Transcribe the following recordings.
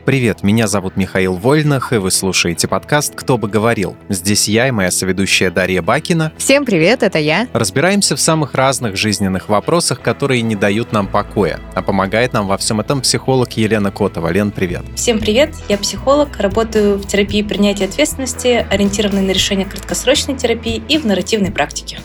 Привет, меня зовут Михаил Вольнах, и вы слушаете подкаст «Кто бы говорил». Здесь я и моя соведущая Дарья Бакина. Всем привет, это я. Разбираемся в самых разных жизненных вопросах, которые не дают нам покоя. А помогает нам во всем этом психолог Елена Котова. Лен, привет. Всем привет, я психолог, работаю в терапии принятия ответственности, ориентированной на решение краткосрочной терапии и в нарративной практике.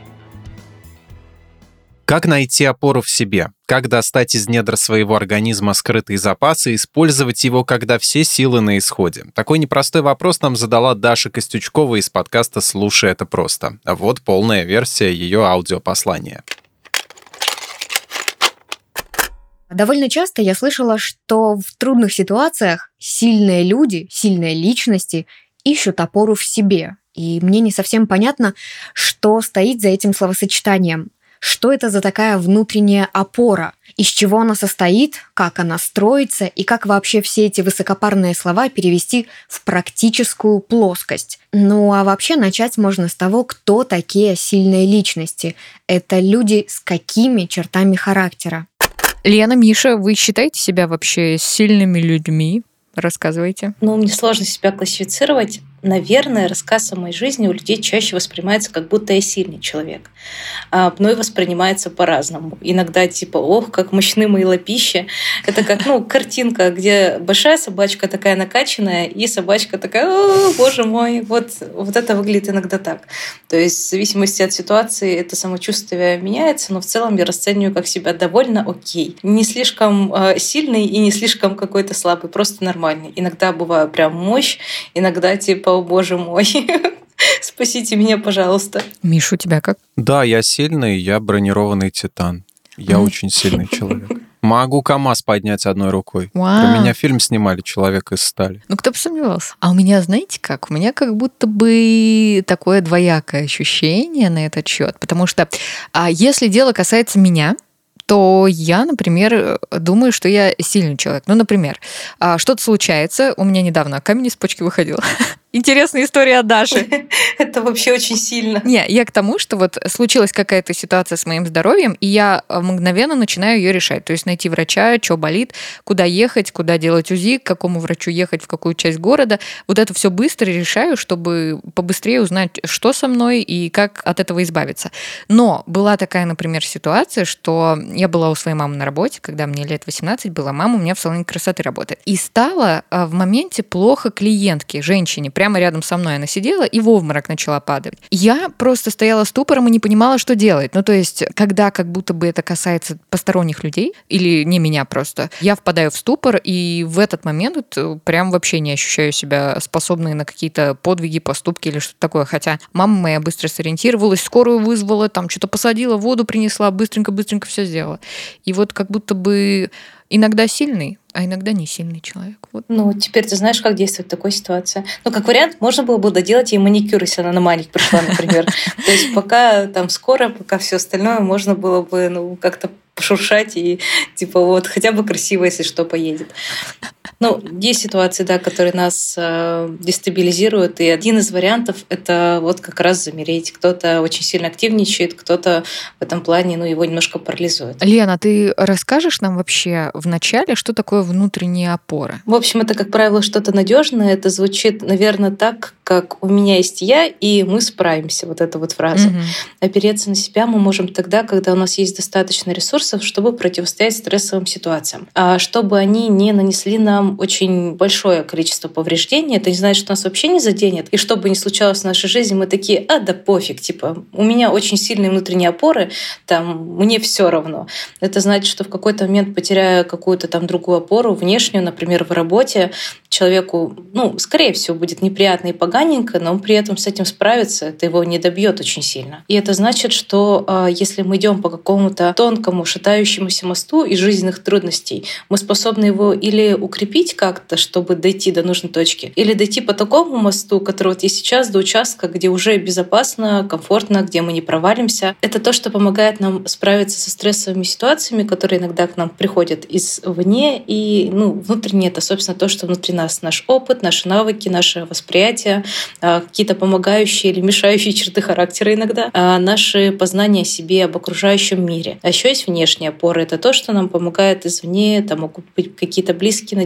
Как найти опору в себе? Как достать из недр своего организма скрытые запасы и использовать его, когда все силы на исходе? Такой непростой вопрос нам задала Даша Костючкова из подкаста «Слушай, это просто». А вот полная версия ее аудиопослания. Довольно часто я слышала, что в трудных ситуациях сильные люди, сильные личности ищут опору в себе. И мне не совсем понятно, что стоит за этим словосочетанием. Что это за такая внутренняя опора? Из чего она состоит, как она строится и как вообще все эти высокопарные слова перевести в практическую плоскость? Ну а вообще начать можно с того, кто такие сильные личности. Это люди с какими чертами характера? Лена, Миша, вы считаете себя вообще сильными людьми? Рассказывайте. Мне сложно себя классифицировать. Наверное, рассказ о моей жизни у людей чаще воспринимается, как будто я сильный человек. А мной воспринимается по-разному. Иногда ох, как мощны мои лапища. Это как картинка, где большая собачка такая накачанная, и собачка такая, о, боже мой, вот это выглядит иногда так. То есть в зависимости от ситуации это самочувствие меняется, но в целом я расцениваю как себя довольно окей. Не слишком сильный и не слишком какой-то слабый, просто нормальный. Иногда бываю прям мощь, иногда о боже мой, спасите меня, пожалуйста. Миша, у тебя как? Да, я сильный, я бронированный титан. Я очень сильный человек. Могу КамАЗ поднять одной рукой. Вау. Про меня фильм снимали «Человек из стали». Кто бы сомневался. А у меня, знаете как? У меня как будто бы такое двоякое ощущение на этот счет. Потому что если дело касается меня, то я, например, думаю, что я сильный человек. Например, что-то случается. У меня недавно камень из почки выходил. Интересная история от Даши. Это вообще очень сильно. Не, я к тому, что случилась какая-то ситуация с моим здоровьем, и я мгновенно начинаю ее решать. То есть найти врача, что болит, куда ехать, куда делать УЗИ, к какому врачу ехать, в какую часть города. Вот это все быстро решаю, чтобы побыстрее узнать, что со мной и как от этого избавиться. Но была такая, например, ситуация, что я была у своей мамы на работе, когда мне лет 18 было, мама у меня в салоне красоты работает. И стало в моменте плохо клиентке, женщине, прямо рядом со мной она сидела и в обморок начала падать. Я просто стояла ступором и не понимала, что делать. То есть, когда как будто бы это касается посторонних людей, или не меня просто, я впадаю в ступор, и в этот момент прям вообще не ощущаю себя способной на какие-то подвиги, поступки или что-то такое. Хотя мама моя быстро сориентировалась, скорую вызвала, там что-то посадила, воду принесла, быстренько все сделала. И как будто бы иногда сильный, а иногда не сильный человек. Теперь ты знаешь, как действовать в такой ситуации. Как вариант, можно было бы доделать ей маникюр, если она на маник пришла, например. То есть пока скоро, пока все остальное, можно было бы как-то пошуршать и хотя бы красиво, если что, поедет. Есть ситуации, которые нас дестабилизируют, и один из вариантов — это как раз замереть. Кто-то очень сильно активничает, кто-то в этом плане его немножко парализует. Лена, ты расскажешь нам вообще в начале, что такое внутренняя опора? В общем, это, как правило, что-то надежное. Это звучит, наверное, так, как «у меня есть я, и мы справимся». Вот эта фраза. Угу. Опереться на себя мы можем тогда, когда у нас есть достаточно ресурсов, чтобы противостоять стрессовым ситуациям, чтобы они не нанесли нам очень большое количество повреждений. Это не значит, что нас вообще не заденет. И что бы ни случалось в нашей жизни, мы такие, да пофиг, у меня очень сильные внутренние опоры, мне все равно. Это значит, что в какой-то момент, потеряя какую-то другую опору, внешнюю, например, в работе, человеку, скорее всего, будет неприятно и поганенько, но он при этом с этим справится, это его не добьет очень сильно. И это значит, что если мы идем по какому-то тонкому, шатающемуся мосту из жизненных трудностей, мы способны его или укрепить как-то, чтобы дойти до нужной точки, или дойти по такому мосту, который есть сейчас, до участка, где уже безопасно, комфортно, где мы не провалимся. Это то, что помогает нам справиться со стрессовыми ситуациями, которые иногда к нам приходят извне, и внутренне это, собственно, то, что внутри нас. Наш опыт, наши навыки, наше восприятие, какие-то помогающие или мешающие черты характера иногда, наши познания о себе, об окружающем мире. А еще есть внешние опоры. Это то, что нам помогает извне. Это могут быть какие-то близкие, надежные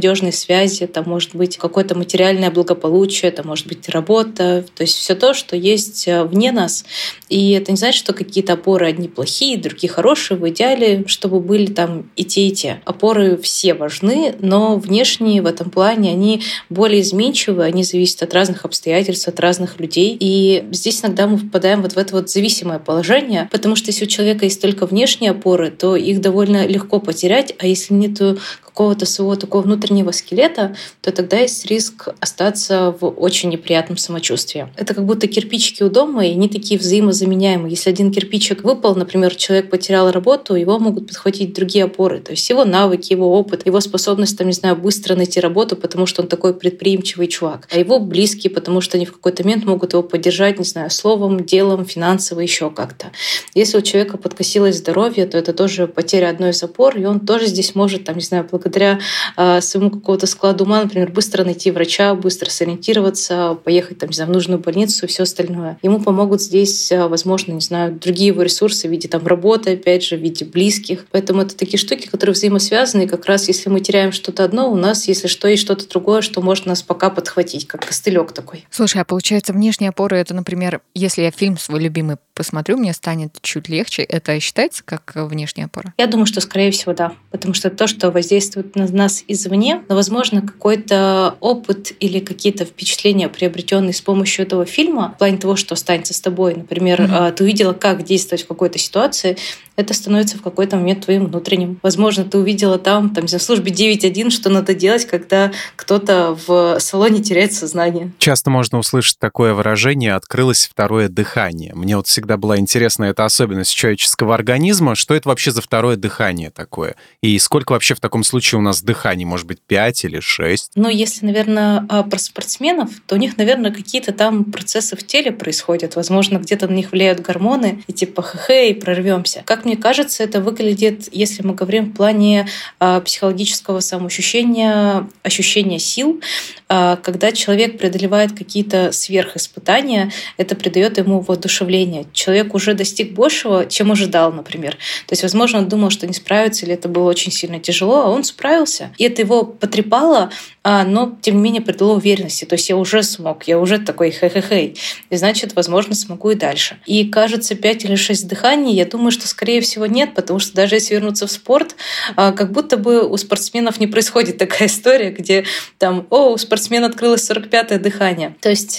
надежные связи, это может быть какое-то материальное благополучие, это может быть работа, то есть все то, что есть вне нас. И это не значит, что какие-то опоры одни плохие, другие хорошие. В идеале, чтобы были там и те, и те. Опоры все важны, но внешние в этом плане, они более изменчивы, они зависят от разных обстоятельств, от разных людей. И здесь иногда мы попадаем вот в это вот зависимое положение, потому что если у человека есть только внешние опоры, то их довольно легко потерять, а если нету какого-то своего такого внутреннего скелета, то тогда есть риск остаться в очень неприятном самочувствии. Это как будто кирпичики у дома, и они такие взаимозаменяемые. Если один кирпичик выпал, например, человек потерял работу, его могут подхватить другие опоры. То есть его навыки, его опыт, его способность, там, не знаю, быстро найти работу, потому что он такой предприимчивый чувак. А его близкие, потому что они в какой-то момент могут его поддержать, не знаю, словом, делом, финансово, еще как-то. Если у человека подкосилось здоровье, то это тоже потеря одной из опор, и он тоже здесь может, там, не знаю, благодаря своему какому-то складу ума, например, быстро найти врача, быстро сориентироваться, поехать там, не знаю, в нужную больницу и все остальное. Ему помогут здесь, возможно, не знаю, другие его ресурсы в виде там работы, опять же, в виде близких. Поэтому это такие штуки, которые взаимосвязаны, и как раз если мы теряем что-то одно, у нас, если что, есть что-то другое, что может нас пока подхватить, как костылек такой. Слушай, а получается, внешние опоры — это, например, если я фильм свой любимый посмотрю, мне станет чуть легче. Это считается как внешняя опора? Я думаю, что, скорее всего, да. Потому что то, что воздействует на нас извне, но, возможно, какой-то опыт или какие-то впечатления, приобретенные с помощью этого фильма, в плане того, что останется с тобой. Например, ты увидела, как действовать в какой-то ситуации, это становится в какой-то момент твоим внутренним. Возможно, ты увидела там в службе 9.1, что надо делать, когда кто-то в салоне теряет сознание. Часто можно услышать такое выражение «открылось второе дыхание». Мне вот всегда была интересна эта особенность человеческого организма. Что это вообще за второе дыхание такое? И сколько вообще в таком случае у нас дыханий? Может быть, 5 или 6? Ну, если, наверное, про спортсменов, то у них, наверное, какие-то там процессы в теле происходят. Возможно, где-то на них влияют гормоны, и типа хе-хе, и прорвемся. Как мне кажется, это выглядит, если мы говорим в плане психологического самоощущения, ощущения сил, когда человек преодолевает какие-то сверхиспытания, это придает ему воодушевление. Человек уже достиг большего, чем ожидал, например. То есть, возможно, он думал, что не справится, или это было очень сильно тяжело, а он справился. И это его потрепало, но, тем не менее, придало уверенности. То есть я уже смог, я уже такой хе-хе-хей. И значит, возможно, смогу и дальше. И, кажется, 5 или 6 дыханий, я думаю, что, скорее всего, нет, потому что даже если вернуться в спорт, как будто бы у спортсменов не происходит такая история, где там, у спортсмена открылось 45-е дыхание. То есть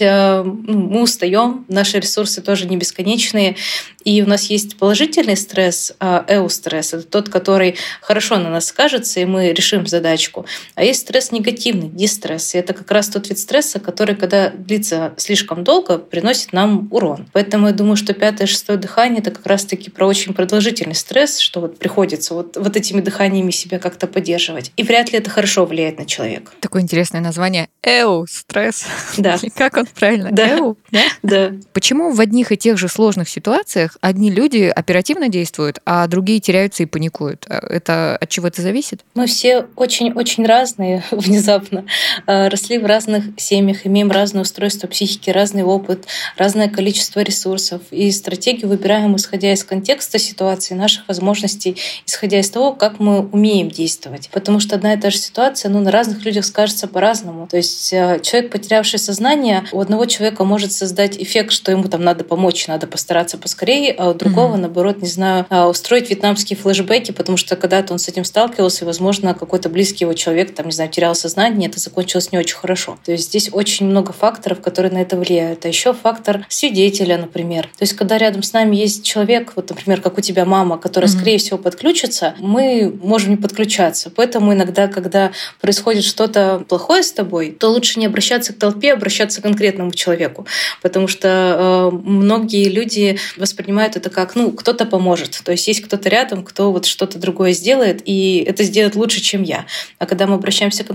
мы устаем, наши ресурсы тоже не бесконечные, и у нас есть положительный стресс, эустресс, это тот, который хорошо на нас скажется, и мы решим задачку. А есть стресс негативный, дистресс, и это как раз тот вид стресса, который, когда длится слишком долго, приносит нам урон. Поэтому я думаю, что 5-е, 6-е дыхание — это как раз-таки про очень продолжительный стресс, что вот приходится вот этими дыханиями себя как-то поддерживать. И вряд ли это хорошо влияет на человека. Такое интересное название. Стресс. Да. Как он правильно? Да. Да. Почему в одних и тех же сложных ситуациях одни люди оперативно действуют, а другие теряются и паникуют? Это от чего это зависит? Мы все очень-очень разные внезапно. Росли в разных семьях, имеем разное устройство психики, разный опыт, разное количество ресурсов. И стратегию выбираем, исходя из контекста ситуации, наших возможностей, исходя из того, как мы умеем действовать. Потому что одна и та же ситуация, на разных людях скажется по-разному. То есть человек, потерявший сознание, у одного человека может создать эффект, что ему там надо помочь, надо постараться поскорее, а у другого, наоборот, не знаю, устроить вьетнамские флешбеки, потому что когда-то он с этим сталкивался, и, возможно, какой-то близкий его человек, там, не знаю, терял сознание, это закончилось не очень хорошо. То есть здесь очень много факторов, которые на это влияют. А еще фактор свидетеля, например. То есть когда рядом с нами есть человек, вот, например, как у тебя мама, которая, скорее всего, подключится, мы можем не подключаться. Поэтому иногда, когда происходит что-то плохое с тобой, то лучше не обращаться к толпе, обращаться к конкретному человеку. Потому что многие люди воспринимают это как, кто-то поможет. То есть есть кто-то рядом, кто вот что-то другое сделает, и это сделает лучше, чем я. А когда мы обращаемся к конкретному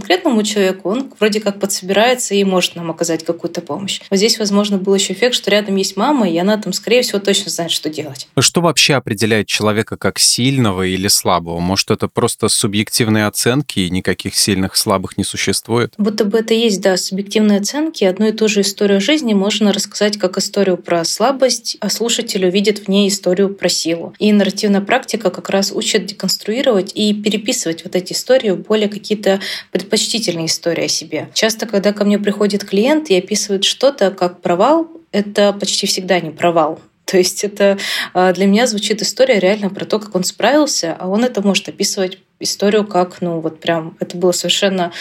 человеку, он вроде как подсобирается и может нам оказать какую-то помощь. Вот здесь, возможно, был еще эффект, что рядом есть мама, и она там, скорее всего, точно знает, что делать. Что вообще определяет человека как сильного или слабого? Может, это просто субъективные оценки, и никаких сильных, слабых не существует? Будто бы это есть, да, субъективные оценки. Одну и ту же историю жизни можно рассказать как историю про слабость, а слушатель увидит в ней историю про силу. И нарративная практика как раз учит деконструировать и переписывать вот эти истории в более какие-то предпочтительные истории о себе. Часто, когда ко мне приходит клиент и описывает что-то как провал, это почти всегда не провал. То есть это для меня звучит история реально про то, как он справился, а он это может описывать историю как, вот прям, это было совершенно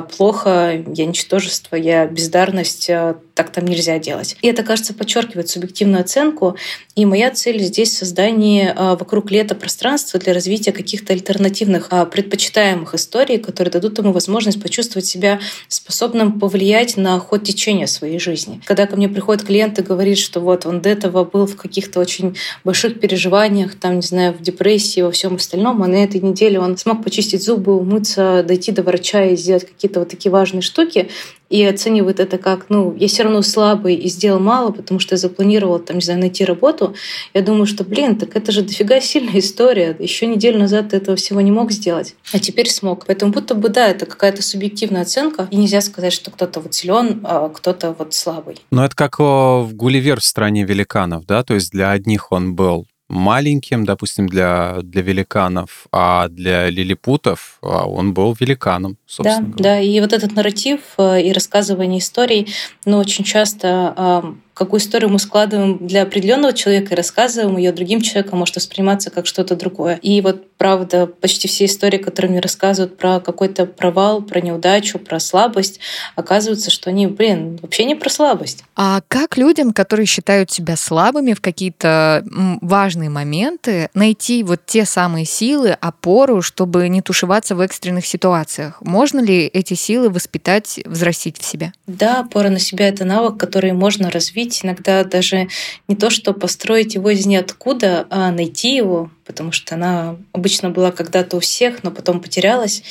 плохо, я ничтожество, я бездарность, так там нельзя делать. И это, кажется, подчеркивает субъективную оценку. И моя цель здесь создание вокруг Лета пространства для развития каких-то альтернативных, предпочитаемых историй, которые дадут ему возможность почувствовать себя способным повлиять на ход течения своей жизни. Когда ко мне приходит клиент и говорит, что вот он до этого был в каких-то очень больших переживаниях, там, не знаю, в депрессии, во всем остальном, а на этой неделе он смог почистить зубы, умыться, дойти до врача и сделать какие-то вот такие важные штуки, и оценивает это как, я все равно слабый и сделал мало, потому что я запланировал, там, не знаю, найти работу. Я думаю, что, так это же дофига сильная история. Еще неделю назад ты этого всего не мог сделать, а теперь смог. Поэтому будто бы, да, это какая-то субъективная оценка, и нельзя сказать, что кто-то вот силен, а кто-то вот слабый. Но это как в «Гулливер в стране великанов», да? То есть для одних он был маленьким, допустим, для великанов, а для лилипутов он был великаном, собственно говоря. Да, и вот этот нарратив и рассказывание историй, очень часто какую историю мы складываем для определенного человека и рассказываем ее другим человеком, может восприниматься как что-то другое. И вот правда, почти все истории, которые мне рассказывают про какой-то провал, про неудачу, про слабость, оказывается, что они, вообще не про слабость. А как людям, которые считают себя слабыми в какие-то важные моменты, найти вот те самые силы, опору, чтобы не тушеваться в экстренных ситуациях? Можно ли эти силы воспитать, взрастить в себе? Да, опора на себя — это навык, который можно развить. Иногда даже не то, что построить его из ниоткуда, а найти его, потому что она обычно была когда-то у всех, но потом потерялась.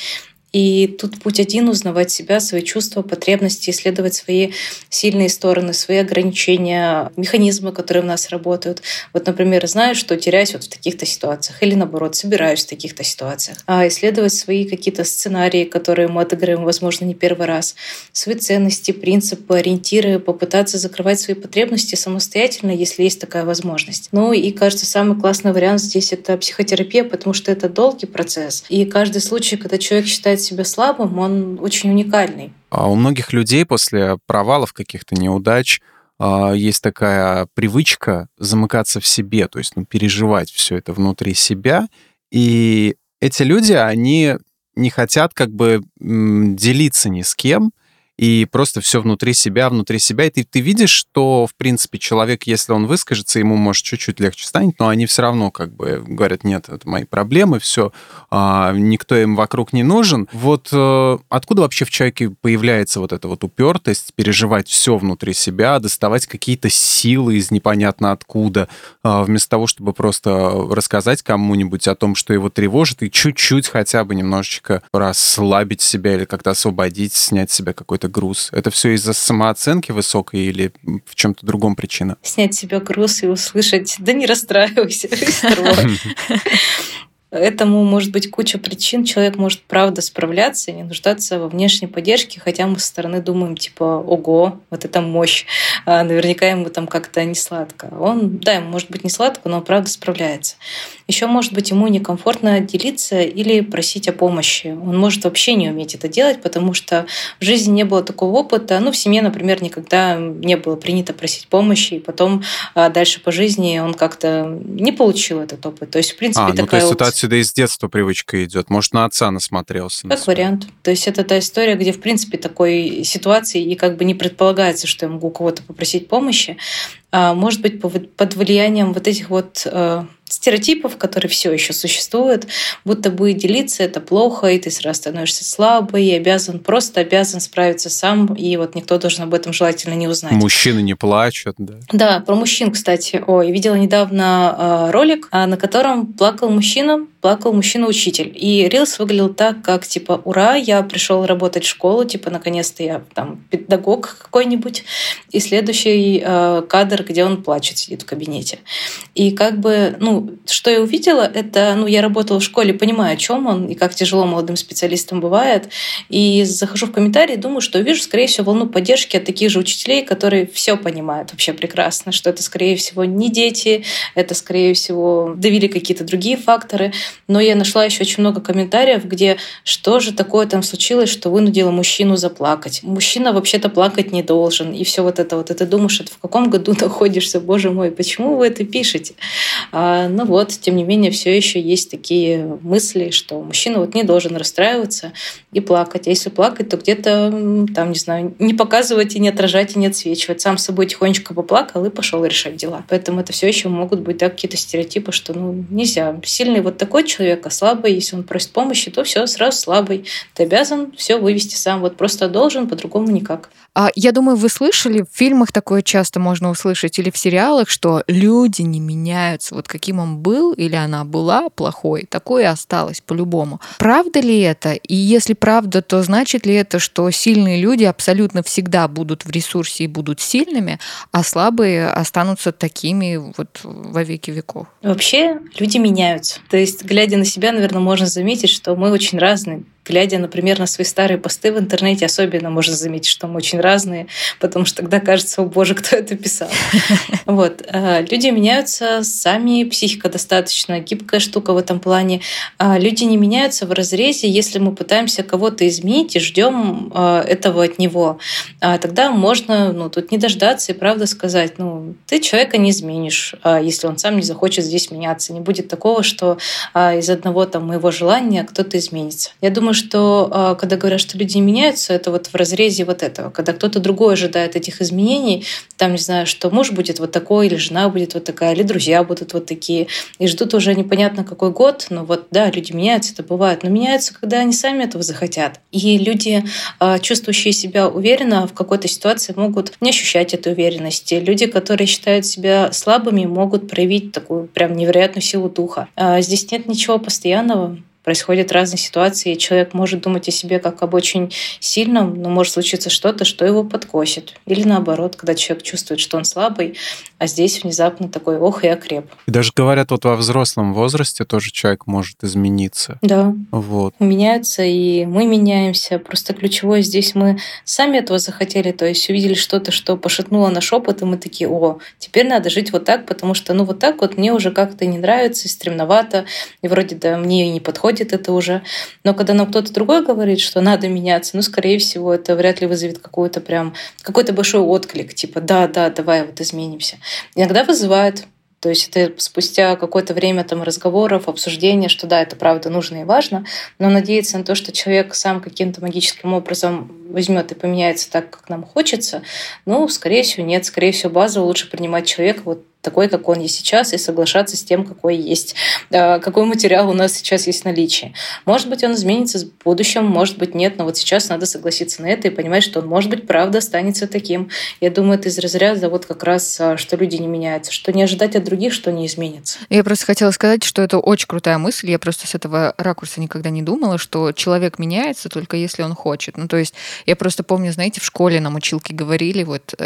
И тут путь один — узнавать себя, свои чувства, потребности, исследовать свои сильные стороны, свои ограничения, механизмы, которые в нас работают. Вот, например, знаю, что теряюсь вот в таких-то ситуациях, или наоборот, собираюсь в таких-то ситуациях. А исследовать свои какие-то сценарии, которые мы отыгрываем, возможно, не первый раз, свои ценности, принципы, ориентиры, попытаться закрывать свои потребности самостоятельно, если есть такая возможность. И, кажется, самый классный вариант здесь — это психотерапия, потому что это долгий процесс. И каждый случай, когда человек считает себя слабым, он очень уникальный. А у многих людей после провалов, каких-то неудач, есть такая привычка замыкаться в себе, то есть переживать все это внутри себя. И эти люди, они не хотят делиться ни с кем, и просто все внутри себя. И ты видишь, что, в принципе, человек, если он выскажется, ему, может, чуть-чуть легче станет, но они все равно говорят: нет, это мои проблемы, все, никто им вокруг не нужен. Вот откуда вообще в человеке появляется вот эта вот упертость, переживать все внутри себя, доставать какие-то силы из непонятно откуда, вместо того, чтобы просто рассказать кому-нибудь о том, что его тревожит, и чуть-чуть хотя бы немножечко расслабить себя или как-то освободить, снять с себя какой-то груз. Это все из-за самооценки высокой или в чем-то другом причина? Снять с себя груз и услышать: да не расстраивайся, Этому может быть куча причин. Человек может, правда, справляться и не нуждаться во внешней поддержке, хотя мы со стороны думаем, ого, вот это мощь. Наверняка ему там как-то не сладко. Ему может быть не сладко, но он, правда, справляется. Еще, может быть, ему некомфортно делиться или просить о помощи. Он может вообще не уметь это делать, потому что в жизни не было такого опыта. В семье, например, никогда не было принято просить помощи, и потом дальше по жизни он как-то не получил этот опыт. То есть, в принципе, такая отсюда из детства привычка идет. Может, на отца насмотрелся. Как вариант. То есть это та история, где, в принципе, такой ситуации и не предполагается, что я могу у кого-то попросить помощи. Может быть, под влиянием вот этих вот стереотипов, которые все еще существуют, будто бы делиться — это плохо, и ты сразу становишься слабый, и обязан справиться сам, и вот никто должен об этом желательно не узнать. Мужчины не плачут, да? Да, про мужчин, кстати. Видела недавно ролик, на котором плакал мужчина плакал мужчина-учитель. И рилс выглядел так, как типа «Ура, я пришел работать в школу, типа наконец-то я там педагог какой-нибудь». И следующий кадр, где он плачет, сидит в кабинете. И как бы, что я увидела, это, я работала в школе, понимаю, о чем он и как тяжело молодым специалистам бывает. И захожу в комментарии, думаю, что увижу, скорее всего, волну поддержки от таких же учителей, которые все понимают вообще прекрасно, что это, скорее всего, не дети, это, скорее всего, давили какие-то другие факторы. Но я нашла еще очень много комментариев, где что же такое там случилось, что вынудило мужчину заплакать. Мужчина вообще-то плакать не должен. И все вот это. И ты думаешь, это в каком году находишься, боже мой, почему вы это пишете? Тем не менее, все еще есть такие мысли, что мужчина не должен расстраиваться и плакать. А если плакать, то где-то, не показывать и не отражать, и не отсвечивать. Сам с собой тихонечко поплакал и пошел решать дела. Поэтому это все еще могут быть какие-то стереотипы, что нельзя. Сильный такой человек, а слабый, если он просит помощи, то все, сразу слабый. Ты обязан все вывести сам. Просто должен, по-другому никак. Я думаю, вы слышали, в фильмах такое часто можно услышать, или в сериалах, что люди не меняются. Каким он был или она была плохой, такое и осталось по-любому. Правда ли это? И если правда, то значит ли это, что сильные люди абсолютно всегда будут в ресурсе и будут сильными, а слабые останутся такими во веки веков? Вообще люди меняются. То есть, глядя на себя, наверное, можно заметить, что мы очень разные. Глядя, например, на свои старые посты в интернете, особенно можно заметить, что мы очень разные, потому что тогда кажется, о боже, кто это писал. Люди меняются сами, психика достаточно гибкая штука в этом плане. Люди не меняются в разрезе, если мы пытаемся кого-то изменить и ждем этого от него. Тогда можно тут не дождаться и правда сказать, ты человека не изменишь, если он сам не захочет здесь меняться. Не будет такого, что из одного моего желания кто-то изменится. Я думаю, что когда говорят, что люди не меняются, это в разрезе этого. Когда кто-то другой ожидает этих изменений, что муж будет такой, или жена будет такая, или друзья будут такие, и ждут уже непонятно какой год, но люди меняются, это бывает, но меняются, когда они сами этого захотят. И люди, чувствующие себя уверенно в какой-то ситуации, могут не ощущать этой уверенности. Люди, которые считают себя слабыми, могут проявить такую прям невероятную силу духа. Здесь нет ничего постоянного. Происходят разные ситуации, и человек может думать о себе как об очень сильном, но может случиться что-то, что его подкосит. Или наоборот, когда человек чувствует, что он слабый, а здесь внезапно такой ох и окреп. И даже говорят, во взрослом возрасте тоже человек может измениться. Да. Меняются, и мы меняемся. Просто ключевое здесь мы сами этого захотели, то есть увидели что-то, что пошатнуло наш опыт, и мы такие, теперь надо жить так, потому что так мне уже как-то не нравится, стремновато, и вроде мне и не подходит это уже. Но когда нам кто-то другой говорит, что надо меняться, скорее всего, это вряд ли вызовет какой-то большой отклик, типа да, давай изменимся. Иногда вызывает. То есть это спустя какое-то время разговоров, обсуждения, что да, это правда нужно и важно, но надеяться на то, что человек сам каким-то магическим образом возьмет и поменяется так, как нам хочется, скорее всего, нет. Скорее всего, базово лучше принимать человека такой, как он есть сейчас, и соглашаться с тем, какой есть, какой материал у нас сейчас есть в наличии. Может быть, он изменится в будущем, может быть, нет, но сейчас надо согласиться на это и понимать, что он, может быть, правда останется таким. Я думаю, это из разряда как раз, что люди не меняются, что не ожидать от других, что не изменится. Я просто хотела сказать, что это очень крутая мысль. Я просто с этого ракурса никогда не думала, что человек меняется только если он хочет. То есть я просто помню, знаете, в школе нам училки говорили,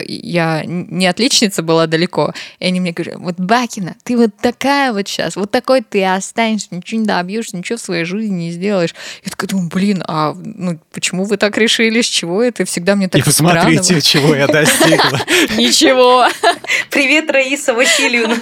я не отличница была далеко, и они мне говорят, Бакина, ты такая сейчас, такой ты останешься, ничего не добьешься, ничего в своей жизни не сделаешь. Я такая думаю, почему вы так решили, с чего это? Всегда мне так странно. И посмотрите, чего я достигла. Ничего. Привет, Раиса Васильевна.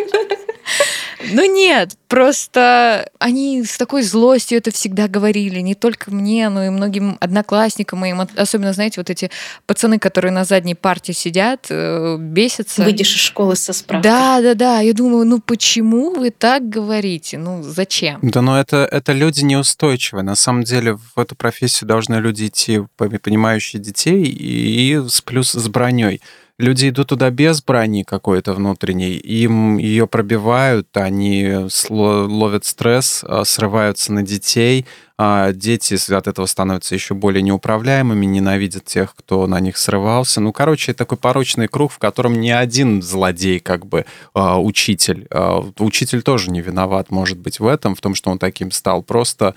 Нет, просто они с такой злостью это всегда говорили, не только мне, но и многим одноклассникам моим, особенно, знаете, эти пацаны, которые на задней парте сидят, бесятся. Выйдешь из школы со справкой. Да, я думаю, почему вы так говорите? Зачем? Да, но это люди неустойчивые. На самом деле в эту профессию должны люди идти, понимающие детей, и плюс с броней. Люди идут туда без брони какой-то внутренней, им ее пробивают, они ловят стресс, срываются на детей, дети от этого становятся еще более неуправляемыми, ненавидят тех, кто на них срывался. Ну, короче, такой порочный круг, в котором не один злодей, как бы, учитель. Учитель тоже не виноват, может быть, в этом, в том, что он таким стал. Просто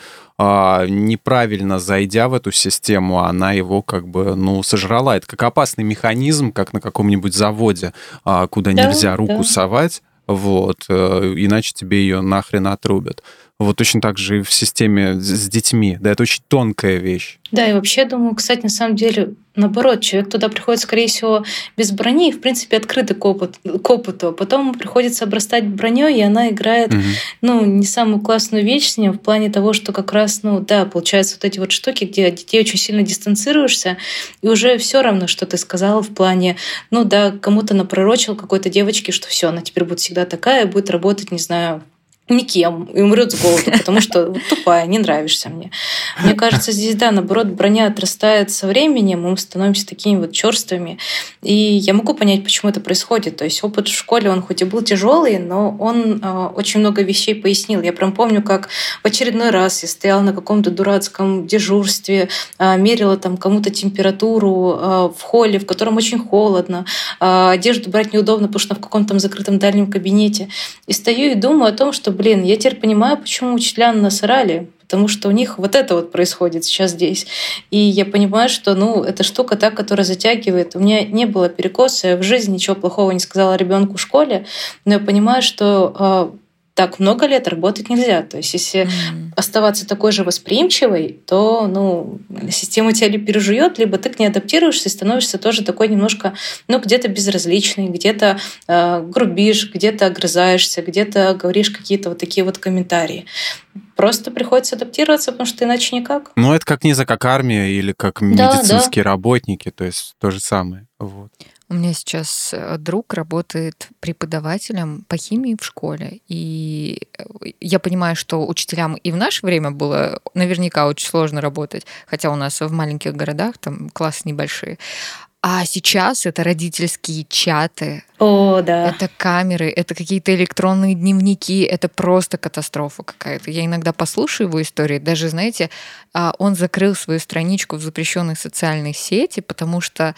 неправильно зайдя в эту систему, она его как бы, ну, сожрала. Это как опасный механизм, как на каком-нибудь заводе, куда нельзя руку совать, вот, иначе тебе ее нахрен отрубят. Вот точно так же и в системе с детьми. Да, это очень тонкая вещь. Да, и вообще, думаю, кстати, на самом деле, наоборот, человек туда приходит, скорее всего, без брони и, в принципе, открытый к опыту. Потом ему приходится обрастать броней, и она играет, ну, не самую классную вещь с ним в плане того, что как раз, ну, да, получаются вот эти вот штуки, где от детей очень сильно дистанцируешься, и уже все равно, что ты сказала в плане, ну, да, кому-то напророчил какой-то девочке, что все, она теперь будет всегда такая, будет работать, не знаю, никем и умрет с голоду, потому что тупая, не нравишься мне. Мне кажется, здесь, да, наоборот, броня отрастает со временем, мы становимся такими вот черствыми. И я могу понять, почему это происходит. То есть опыт в школе, он хоть и был тяжелый, но он очень много вещей пояснил. Я прям помню, как в очередной раз я стояла на каком-то дурацком дежурстве, мерила там кому-то температуру в холле, в котором очень холодно, одежду брать неудобно, потому что она в каком-то там закрытом дальнем кабинете. И стою и думаю о том, что, блин, я теперь понимаю, почему учителя на нас орали, потому что у них вот это вот происходит сейчас здесь. И я понимаю, что, ну, эта штука та, которая затягивает. У меня не было перекоса, я в жизни ничего плохого не сказала ребенку в школе, но я понимаю, что так много лет работать нельзя. То есть если оставаться такой же восприимчивой, то, ну, система тебя либо пережует, либо ты к ней адаптируешься и становишься тоже такой немножко, ну, где-то безразличный, где-то грубишь, где-то огрызаешься, где-то говоришь какие-то вот такие вот комментарии. Просто приходится адаптироваться, потому что иначе никак. Ну, это как как армия или как медицинские работники, то есть то же самое. Вот. У меня сейчас друг работает преподавателем по химии в школе, и я понимаю, что учителям и в наше время было наверняка очень сложно работать, хотя у нас в маленьких городах там классы небольшие. А сейчас это родительские чаты, О, да. это камеры, это какие-то электронные дневники, это просто катастрофа какая-то. Я иногда послушаю его истории, даже, знаете, он закрыл свою страничку в запрещенной социальной сети, потому что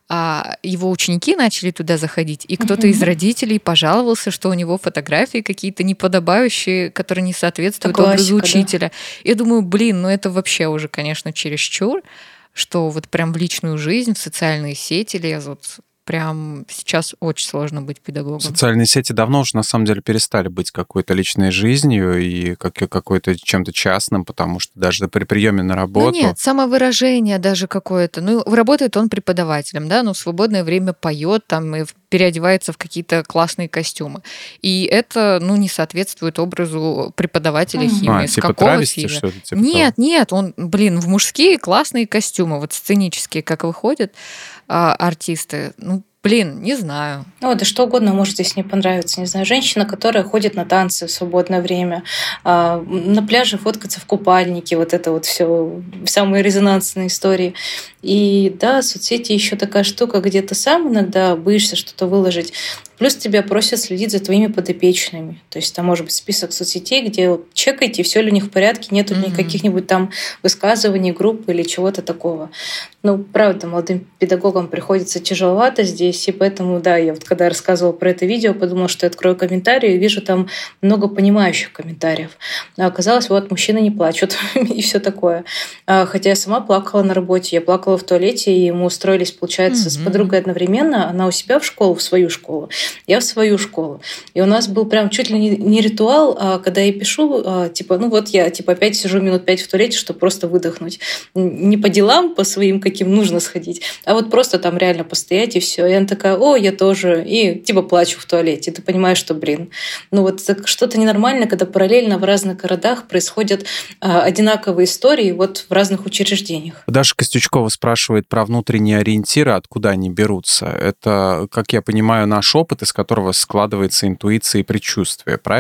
его ученики начали туда заходить, и кто-то из родителей пожаловался, что у него фотографии какие-то неподобающие, которые не соответствуют образу учителя. Да? Я думаю, блин, ну это вообще уже, конечно, чересчур, что вот прям в личную жизнь, в социальные сети лезут. Прям сейчас очень сложно быть педагогом. Социальные сети давно уже, на самом деле, перестали быть какой-то личной жизнью и какой-то чем-то частным, потому что даже при приеме на работу... Ну нет, самовыражение даже какое-то. Ну, работает он преподавателем, да, но в свободное время поет там и переодевается в какие-то классные костюмы. И это, ну, не соответствует образу преподавателя химии. С типа какого травести, что-то типа Нет, он, блин, в мужские классные костюмы, вот сценические, как выходят артисты. Ну, блин, не знаю. Ну, да что угодно может здесь не понравиться. Не знаю, женщина, которая ходит на танцы в свободное время, на пляже фоткаться в купальнике, вот это вот все самые резонансные истории. И да, соцсети еще такая штука, где ты сам иногда боишься что-то выложить. Плюс тебя просят следить за твоими подопечными. То есть там может быть список соцсетей, где вот чекайте, все ли у них в порядке, нету ли каких-нибудь там высказываний, групп или чего-то такого. Ну, правда, молодым педагогам приходится тяжеловато здесь, и поэтому, да, я вот когда рассказывала про это видео, подумала, что я открою комментарии и вижу там много понимающих комментариев. А оказалось, вот, мужчины не плачут и все такое. Хотя я сама плакала на работе, я плакала в туалете, и мы устроились, получается, с подругой одновременно. Она у себя в школу, в свою школу, я в свою школу. И у нас был прям чуть ли не ритуал, когда я пишу, типа, ну вот я типа опять сижу минут 5 в туалете, чтобы просто выдохнуть. Не по делам, по своим, каким нужно сходить, а вот просто там реально постоять и все. И она такая, о, я тоже. И типа плачу в туалете. И ты понимаешь, что, блин, ну вот что-то ненормально, когда параллельно в разных городах происходят одинаковые истории вот в разных учреждениях. Даша Костючкова спрашивает про внутренние ориентиры, откуда они берутся. Это, как я понимаю, наш опыт, из которого складывается интуиция и предчувствие, правильно?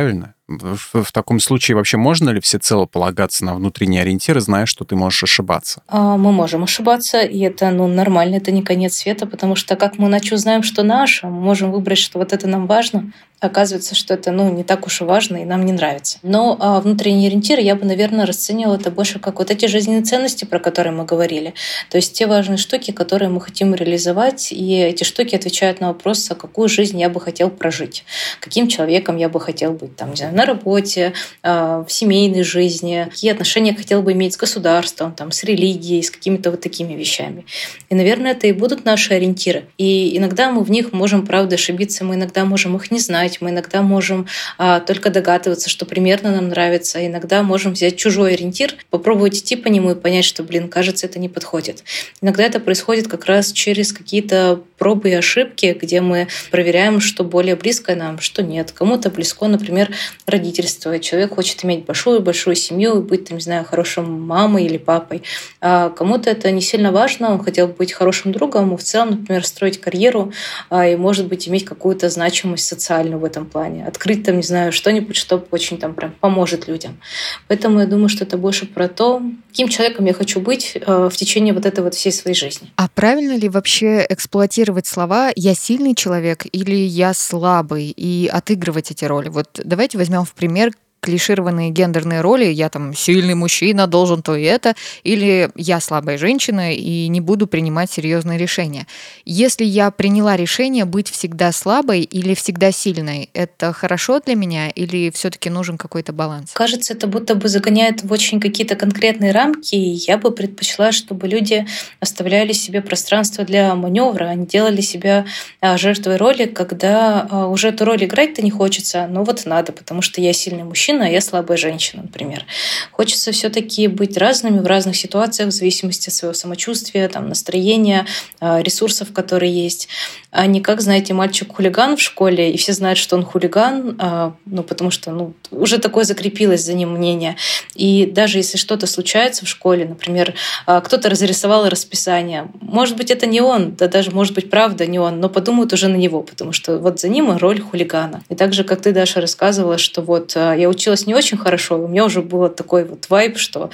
В таком случае вообще можно ли всецело полагаться на внутренние ориентиры, зная, что ты можешь ошибаться? Мы можем ошибаться, и это нормально, это не конец света, потому что как мы иначе узнаем, что наше, мы можем выбрать, что вот это нам важно, оказывается, что это не так уж и важно и нам не нравится. Но внутренние ориентиры я бы, наверное, расценивала это больше как вот эти жизненные ценности, про которые мы говорили. То есть те важные штуки, которые мы хотим реализовать, и эти штуки отвечают на вопрос, а какую жизнь я бы хотел прожить, каким человеком я бы хотел быть, там, не знаю, на работе, в семейной жизни, какие отношения я хотел бы иметь с государством, там, с религией, с какими-то вот такими вещами. И, наверное, это и будут наши ориентиры. И иногда мы в них можем, правда, ошибиться, мы иногда можем их не знать, мы иногда можем только догадываться, что примерно нам нравится, а иногда можем взять чужой ориентир, попробовать идти по нему и понять, что, кажется, это не подходит. Иногда это происходит как раз через какие-то пробы и ошибки, где мы проверяем, что более близко нам, что нет. Кому-то близко, например, родительство. Человек хочет иметь большую семью, быть, там, не знаю, хорошим мамой или папой. А кому-то это не сильно важно, он хотел быть хорошим другом, и в целом, например, строить карьеру и, может быть, иметь какую-то значимость социальную в этом плане. Открыть, там, не знаю, что-нибудь, что очень там прям поможет людям. Поэтому я думаю, что это больше про то, каким человеком я хочу быть в течение вот этой вот всей своей жизни. А правильно ли вообще эксплуатировать слова «я сильный человек» или «я слабый» и отыгрывать эти роли? Вот давайте возьмем в пример клишированные гендерные роли, я там сильный мужчина, должен то и это, или я слабая женщина и не буду принимать серьезные решения. Если я приняла решение быть всегда слабой или всегда сильной, это хорошо для меня или все-таки нужен какой-то баланс? Кажется, это будто бы загоняет в очень какие-то конкретные рамки, и я бы предпочла, чтобы люди оставляли себе пространство для маневра, они делали себя жертвой роли, когда уже эту роль играть-то не хочется, но вот надо, потому что я сильный мужчина, а я слабая женщина, например. Хочется все-таки быть разными в разных ситуациях в зависимости от своего самочувствия, там, настроения, ресурсов, которые есть. А не как, знаете, мальчик-хулиган в школе, и все знают, что он хулиган, потому что уже такое закрепилось за ним мнение. И даже если что-то случается в школе, например, кто-то разрисовал расписание, может быть, это не он, да даже, может быть, правда не он, но подумают уже на него, потому что вот за ним роль хулигана. И так же, как ты, Даша, рассказывала, что вот я училась не очень хорошо, у меня уже был такой вот вайб, что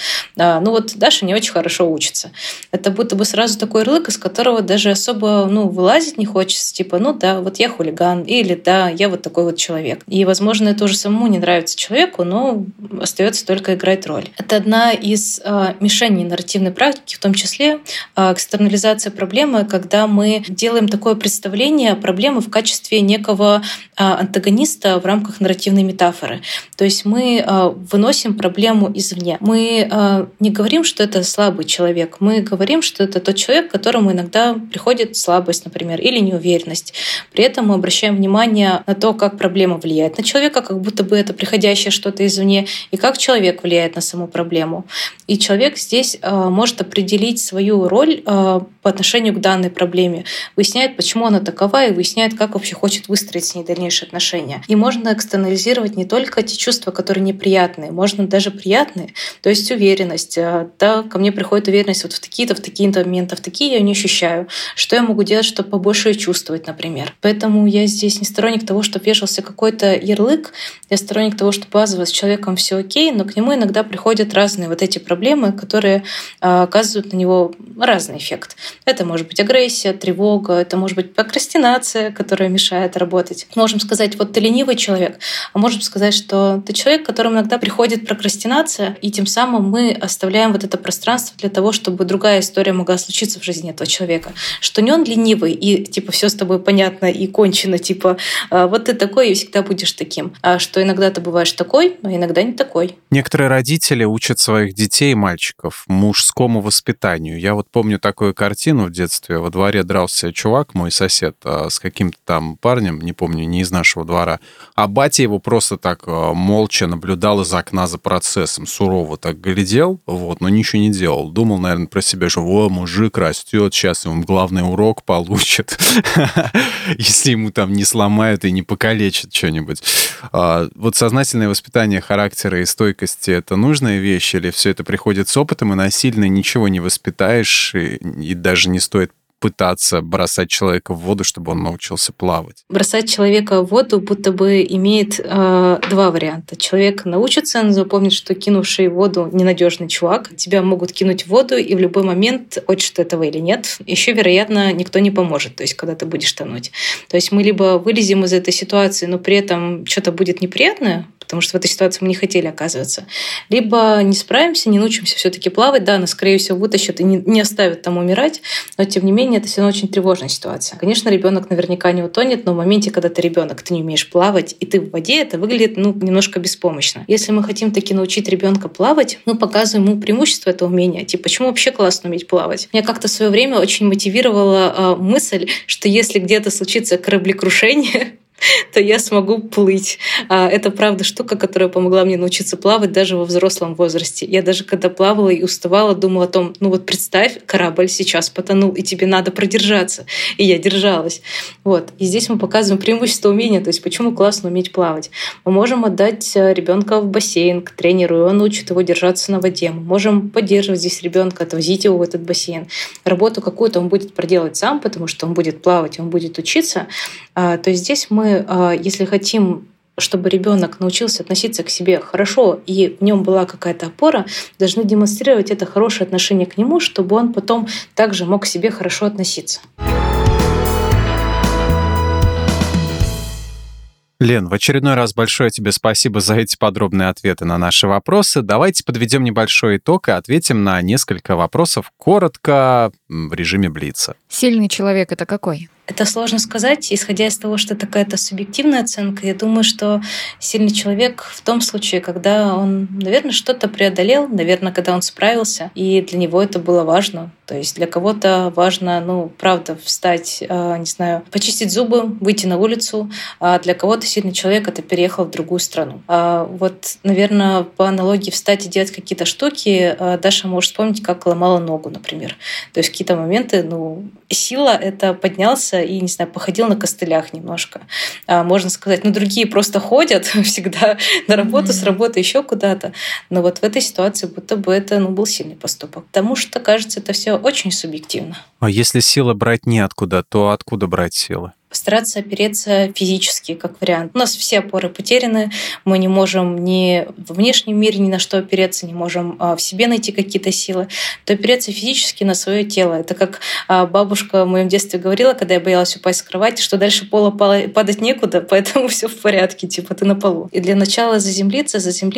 Даша не очень хорошо учится. Это будто бы сразу такой ярлык, из которого даже особо вылазить не хочется, типа, вот я хулиган, или да, я вот такой вот человек. И, возможно, это уже самому не нравится человеку, но остается только играть роль. Это одна из мишеней нарративной практики, в том числе экстернализация проблемы, когда мы делаем такое представление проблемы в качестве некого антагониста в рамках нарративной метафоры. То есть мы выносим проблему извне. Мы не говорим, что это слабый человек. Мы говорим, что это тот человек, которому иногда приходит слабость, например, или неуверенность. При этом мы обращаем внимание на то, как проблема влияет на человека, как будто бы это приходящее что-то извне, и как человек влияет на саму проблему. И человек здесь может определить свою роль по отношению к данной проблеме, выясняет, почему она такова, и выясняет, как вообще хочет выстроить с ней дальнейшие отношения. И можно экстернализировать не только те чувства, которые неприятные, можно даже приятные, то есть уверенность. Да, ко мне приходит уверенность вот в такие-то моменты, в такие я не ощущаю. Что я могу делать, чтобы побольше ее чувствовать, например. Поэтому я здесь не сторонник того, чтобы вешался какой-то ярлык, я сторонник того, что базово с человеком все окей, но к нему иногда приходят разные вот эти проблемы, которые оказывают на него разный эффект. Это может быть агрессия, тревога, это может быть прокрастинация, которая мешает работать. Можем сказать, вот ты ленивый человек, а можем сказать, что ты человек, которому иногда приходит прокрастинация, и тем самым мы оставляем вот это пространство для того, чтобы другая история могла случиться в жизни этого человека. Что не он ленивый, и все с тобой понятно и кончено, вот ты такой и всегда будешь таким. А что иногда ты бываешь такой, а иногда не такой. Некоторые родители учат своих детей, мальчиков, мужскому воспитанию. Я вот помню такую картину в детстве. Во дворе дрался чувак, мой сосед, с каким-то там парнем, не помню, не из нашего двора, а батя его просто так молча наблюдал из окна за процессом, сурово так глядел, но ничего не делал. Думал, наверное, про себя, что мужик растет, сейчас он главный урок получит, если ему там не сломают и не покалечат что-нибудь. Вот сознательное воспитание характера и стойкости — это нужная вещь, или все это приходит с опытом, и насильно ничего не воспитаешь, и даже не стоит пытаться бросать человека в воду, чтобы он научился плавать? Бросать человека в воду будто бы имеет два варианта. Человек научится, он запомнит, что кинувший в воду ненадежный чувак. Тебя могут кинуть в воду, и в любой момент, хочешь ты этого или нет, еще, вероятно, никто не поможет, то есть когда ты будешь тонуть. То есть мы либо вылезем из этой ситуации, но при этом что-то будет неприятное, потому что в этой ситуации мы не хотели оказываться. Либо не справимся, не научимся все-таки плавать, да, нас, скорее всего, вытащат и не оставят там умирать, но, тем не менее, это все равно очень тревожная ситуация. Конечно, ребенок наверняка не утонет, но в моменте, когда ты ребенок, ты не умеешь плавать, и ты в воде, это выглядит немножко беспомощно. Если мы хотим таки научить ребенка плавать, мы показываем ему преимущество этого умения. Типа, почему вообще классно уметь плавать? Меня как-то в свое время очень мотивировала мысль, что если где-то случится кораблекрушение, то я смогу плыть. Это, правда, штука, которая помогла мне научиться плавать даже во взрослом возрасте. Я даже когда плавала и уставала, думала о том, представь, корабль сейчас потонул, и тебе надо продержаться. И я держалась. И здесь мы показываем преимущество умения, то есть почему классно уметь плавать. Мы можем отдать ребенка в бассейн к тренеру, и он научит его держаться на воде. Мы можем поддерживать здесь ребенка, отвозить его в этот бассейн. Работу какую-то он будет проделать сам, потому что он будет плавать, он будет учиться. То есть здесь мы, если хотим, чтобы ребенок научился относиться к себе хорошо и в нем была какая-то опора, должны демонстрировать это хорошее отношение к нему, чтобы он потом также мог к себе хорошо относиться. Лен, в очередной раз большое тебе спасибо за эти подробные ответы на наши вопросы. Давайте подведем небольшой итог и ответим на несколько вопросов коротко в режиме блица. Сильный человек — это какой? Это сложно сказать, исходя из того, что это какая-то субъективная оценка. Я думаю, что сильный человек в том случае, когда он, наверное, что-то преодолел, наверное, когда он справился, и для него это было важно. То есть для кого-то важно, правда, встать, не знаю, почистить зубы, выйти на улицу, а для кого-то сильный человек — это переехал в другую страну. Наверное, по аналогии встать и делать какие-то штуки, Даша может вспомнить, как ломала ногу, например. То есть в какие-то моменты, сила — это поднялся и, не знаю, походил на костылях немножко. Можно сказать, другие просто ходят всегда на работу, с работы еще куда-то. Но в этой ситуации будто бы это был сильный поступок. Потому что, кажется, это все очень субъективно. А если силы брать неоткуда, то откуда брать силы? Постараться опереться физически, как вариант. У нас все опоры потеряны, мы не можем ни во внешнем мире ни на что опереться, не можем в себе найти какие-то силы. То опереться физически на свое тело. Это как бабушка в моем детстве говорила, когда я боялась упасть с кровати, что дальше пола падать некуда, поэтому все в порядке, ты на полу. И для начала заземлиться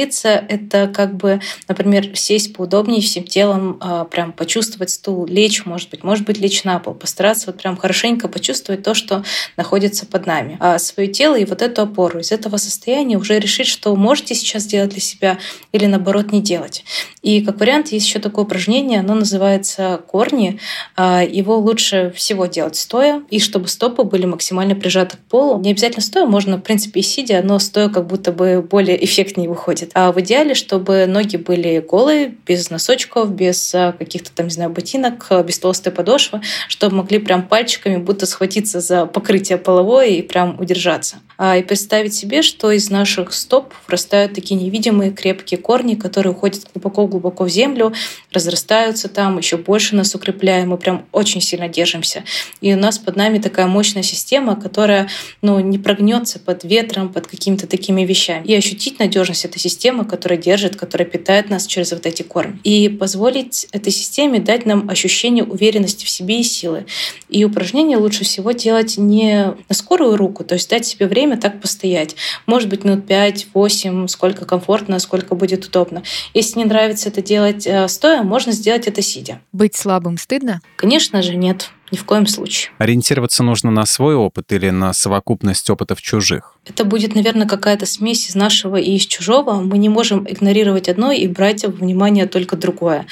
— это например, сесть поудобнее всем телом, прям почувствовать стул, лечь, может быть, лечь на пол, постараться прям хорошенько почувствовать то, что находится под нами. А свое тело и эту опору. Из этого состояния уже решить, что можете сейчас делать для себя или, наоборот, не делать. И как вариант есть еще такое упражнение, оно называется корни. Его лучше всего делать стоя, и чтобы стопы были максимально прижаты к полу. Не обязательно стоя, можно, в принципе, и сидя, но стоя как будто бы более эффектнее выходит. А в идеале, чтобы ноги были голые, без носочков, без каких-то ботинок, без толстой подошвы, чтобы могли прям пальчиками будто схватиться за покрытие половое и прям удержаться. И представить себе, что из наших стоп вырастают такие невидимые крепкие корни, которые уходят глубоко-глубоко в землю, разрастаются там, еще больше нас укрепляем, мы прям очень сильно держимся. И у нас под нами такая мощная система, которая не прогнется под ветром, под какими-то такими вещами. И ощутить надежность этой системы, которая держит, которая питает нас через эти корни. И позволить этой системе дать нам ощущение уверенности в себе и силы. И упражнения лучше всего делать не на скорую руку, то есть дать себе время так постоять. Может быть, минут 5-8, сколько комфортно, сколько будет удобно. Если не нравится это делать стоя, можно сделать это сидя. Быть слабым стыдно? Конечно же, нет. Ни в коем случае. Ориентироваться нужно на свой опыт или на совокупность опытов чужих? Это будет, наверное, какая-то смесь из нашего и из чужого. Мы не можем игнорировать одно и брать во внимание только другое.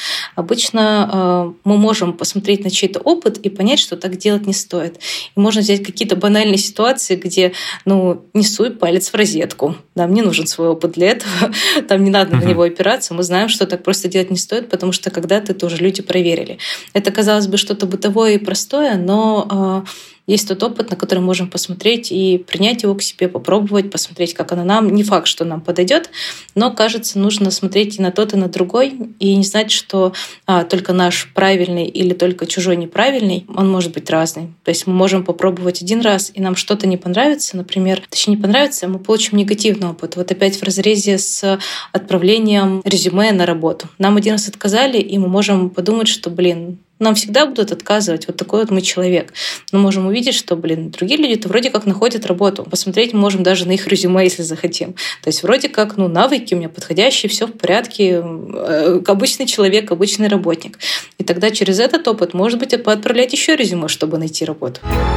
Обычно мы можем посмотреть на чей-то опыт и понять, что так делать не стоит. И можно взять какие-то банальные ситуации, где не суй палец в розетку. Нам не нужен свой опыт для этого. Там не надо на него опираться. Мы знаем, что так просто делать не стоит, потому что когда-то это уже люди проверили. Это, казалось бы, что-то бытовое и простое, но есть тот опыт, на который можем посмотреть и принять его к себе, попробовать, посмотреть, как оно нам. Не факт, что нам подойдет, но, кажется, нужно смотреть и на тот, и на другой, и не знать, что только наш правильный или только чужой неправильный, он может быть разный. То есть мы можем попробовать один раз, и нам что-то не понравится, например, точнее не понравится, а мы получим негативный опыт. Вот опять в разрезе с отправлением резюме на работу. Нам один раз отказали, и мы можем подумать, что, нам всегда будут отказывать. Вот такой вот мы человек. Но можем увидеть, что, другие люди-то вроде как находят работу. Посмотреть мы можем даже на их резюме, если захотим. То есть вроде как, навыки у меня подходящие, все в порядке, обычный человек, обычный работник. И тогда через этот опыт, может быть, поотправлять еще резюме, чтобы найти работу.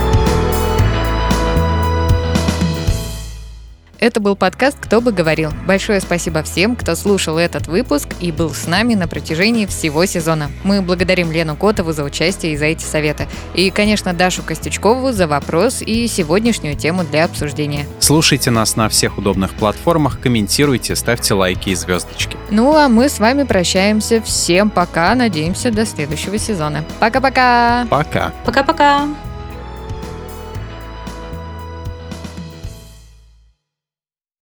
Это был подкаст «Кто бы говорил». Большое спасибо всем, кто слушал этот выпуск и был с нами на протяжении всего сезона. Мы благодарим Лену Котову за участие и за эти советы. И, конечно, Дашу Костючкову за вопрос и сегодняшнюю тему для обсуждения. Слушайте нас на всех удобных платформах, комментируйте, ставьте лайки и звездочки. Ну, а мы с вами прощаемся. Всем пока. Надеемся, до следующего сезона. Пока-пока! Пока! Пока-пока!